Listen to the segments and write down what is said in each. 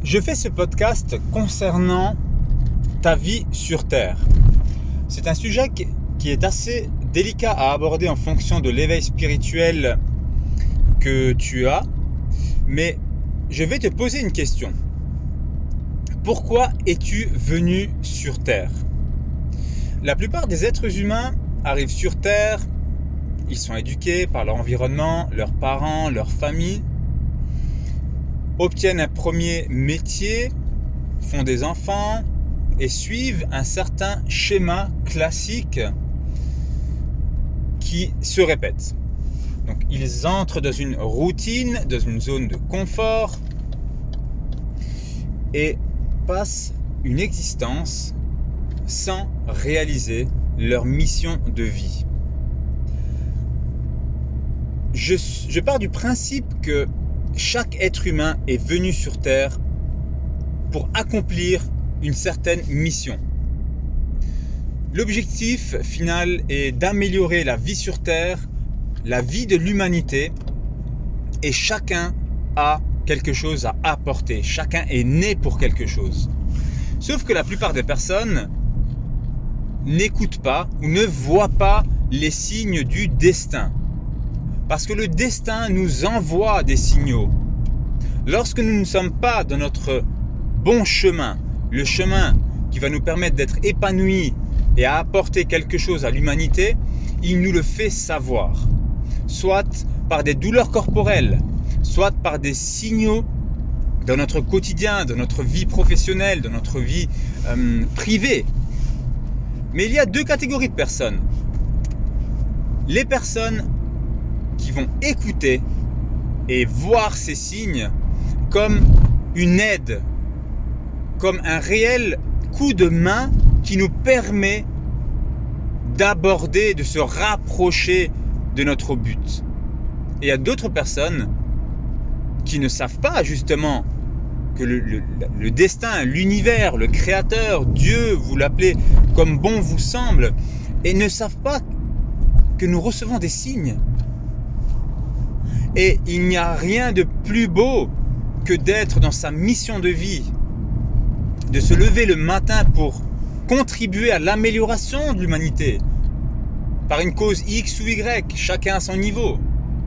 Je fais ce podcast concernant ta vie sur Terre. C'est un sujet qui est assez délicat à aborder en fonction de l'éveil spirituel que tu as, mais je vais te poser une question. Pourquoi es-tu venu sur Terre ? La plupart des êtres humains arrivent sur Terre, ils sont éduqués par leur environnement, leurs parents, leur famille, obtiennent un premier métier, font des enfants et suivent un certain schéma classique qui se répète. Donc ils entrent dans une routine, dans une zone de confort et passent une existence sans réaliser leur mission de vie. Je pars du principe que chaque être humain est venu sur Terre pour accomplir une certaine mission. L'objectif final est d'améliorer la vie sur Terre, la vie de l'humanité, et chacun a quelque chose à apporter. Chacun est né pour quelque chose. Sauf que la plupart des personnes n'écoutent pas ou ne voient pas les signes du destin. Parce que le destin nous envoie des signaux. Lorsque nous ne sommes pas dans notre bon chemin, le chemin qui va nous permettre d'être épanouis et à apporter quelque chose à l'humanité, il nous le fait savoir. Soit par des douleurs corporelles, soit par des signaux dans notre quotidien, dans notre vie professionnelle, dans notre vie privée. Mais il y a deux catégories de personnes. Les personnes qui vont écouter et voir ces signes comme une aide, comme un réel coup de main qui nous permet d'aborder, de se rapprocher de notre but. Et il y a d'autres personnes qui ne savent pas justement que le destin, l'univers, le créateur, Dieu, vous l'appelez comme bon vous semble, et ne savent pas que nous recevons des signes. Et il n'y a rien de plus beau que d'être dans sa mission de vie, de se lever le matin pour contribuer à l'amélioration de l'humanité, par une cause X ou Y, chacun à son niveau.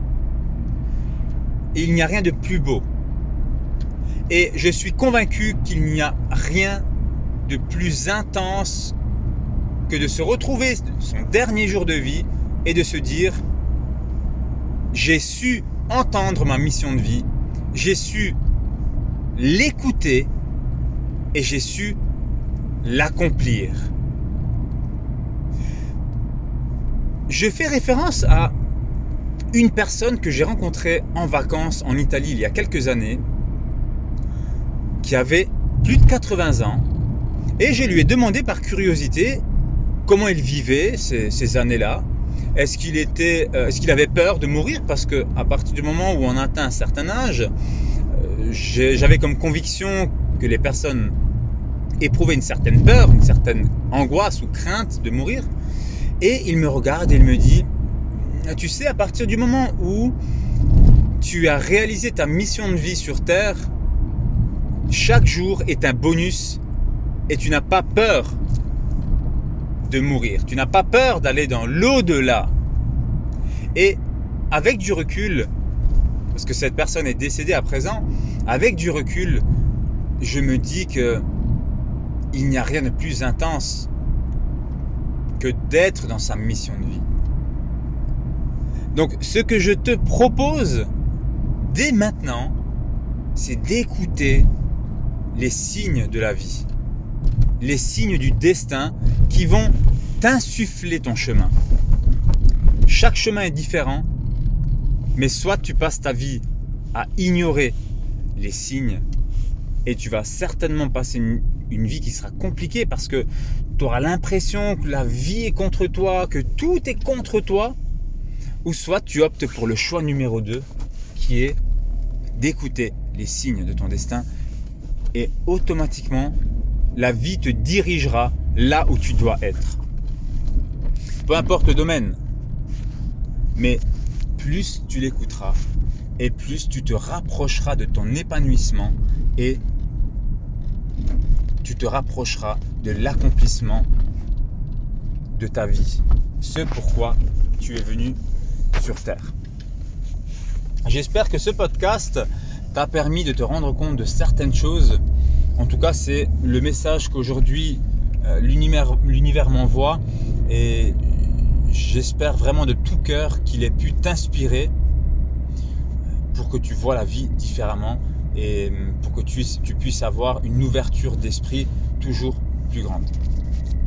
Et il n'y a rien de plus beau. Et je suis convaincu qu'il n'y a rien de plus intense que de se retrouver son dernier jour de vie et de se dire « J'ai su entendre ma mission de vie, j'ai su l'écouter et j'ai su l'accomplir. » Je fais référence à une personne que j'ai rencontrée en vacances en Italie il y a quelques années, qui avait plus de 80 ans, et je lui ai demandé par curiosité comment il vivait ces années-là. Est-ce qu'il avait peur de mourir? Parce que à partir du moment où on atteint un certain âge, j'avais comme conviction que les personnes éprouvaient une certaine peur, une certaine angoisse ou crainte de mourir. Et il me regarde et il me dit « Tu sais, à partir du moment où tu as réalisé ta mission de vie sur Terre, chaque jour est un bonus et tu n'as pas peur de mourir. Tu n'as pas peur d'aller dans l'au-delà. » Et avec du recul, parce que cette personne est décédée à présent, avec du recul, je me dis que il n'y a rien de plus intense que d'être dans sa mission de vie. Donc, ce que je te propose dès maintenant, c'est d'écouter les signes de la vie, les signes du destin qui vont t'insuffler ton chemin. Chaque chemin est différent, mais soit tu passes ta vie à ignorer les signes et tu vas certainement passer une vie qui sera compliquée parce que tu auras l'impression que la vie est contre toi, que tout est contre toi, ou soit tu optes pour le choix numéro 2 qui est d'écouter les signes de ton destin et automatiquement la vie te dirigera là où tu dois être. Peu importe le domaine, mais plus tu l'écouteras et plus tu te rapprocheras de ton épanouissement et tu te rapprocheras de l'accomplissement de ta vie, ce pourquoi tu es venu sur Terre. J'espère que ce podcast t'a permis de te rendre compte de certaines choses. En tout cas, c'est le message qu'aujourd'hui l'univers m'envoie, et j'espère vraiment de tout cœur qu'il ait pu t'inspirer pour que tu vois la vie différemment et pour que tu puisses avoir une ouverture d'esprit toujours plus grande.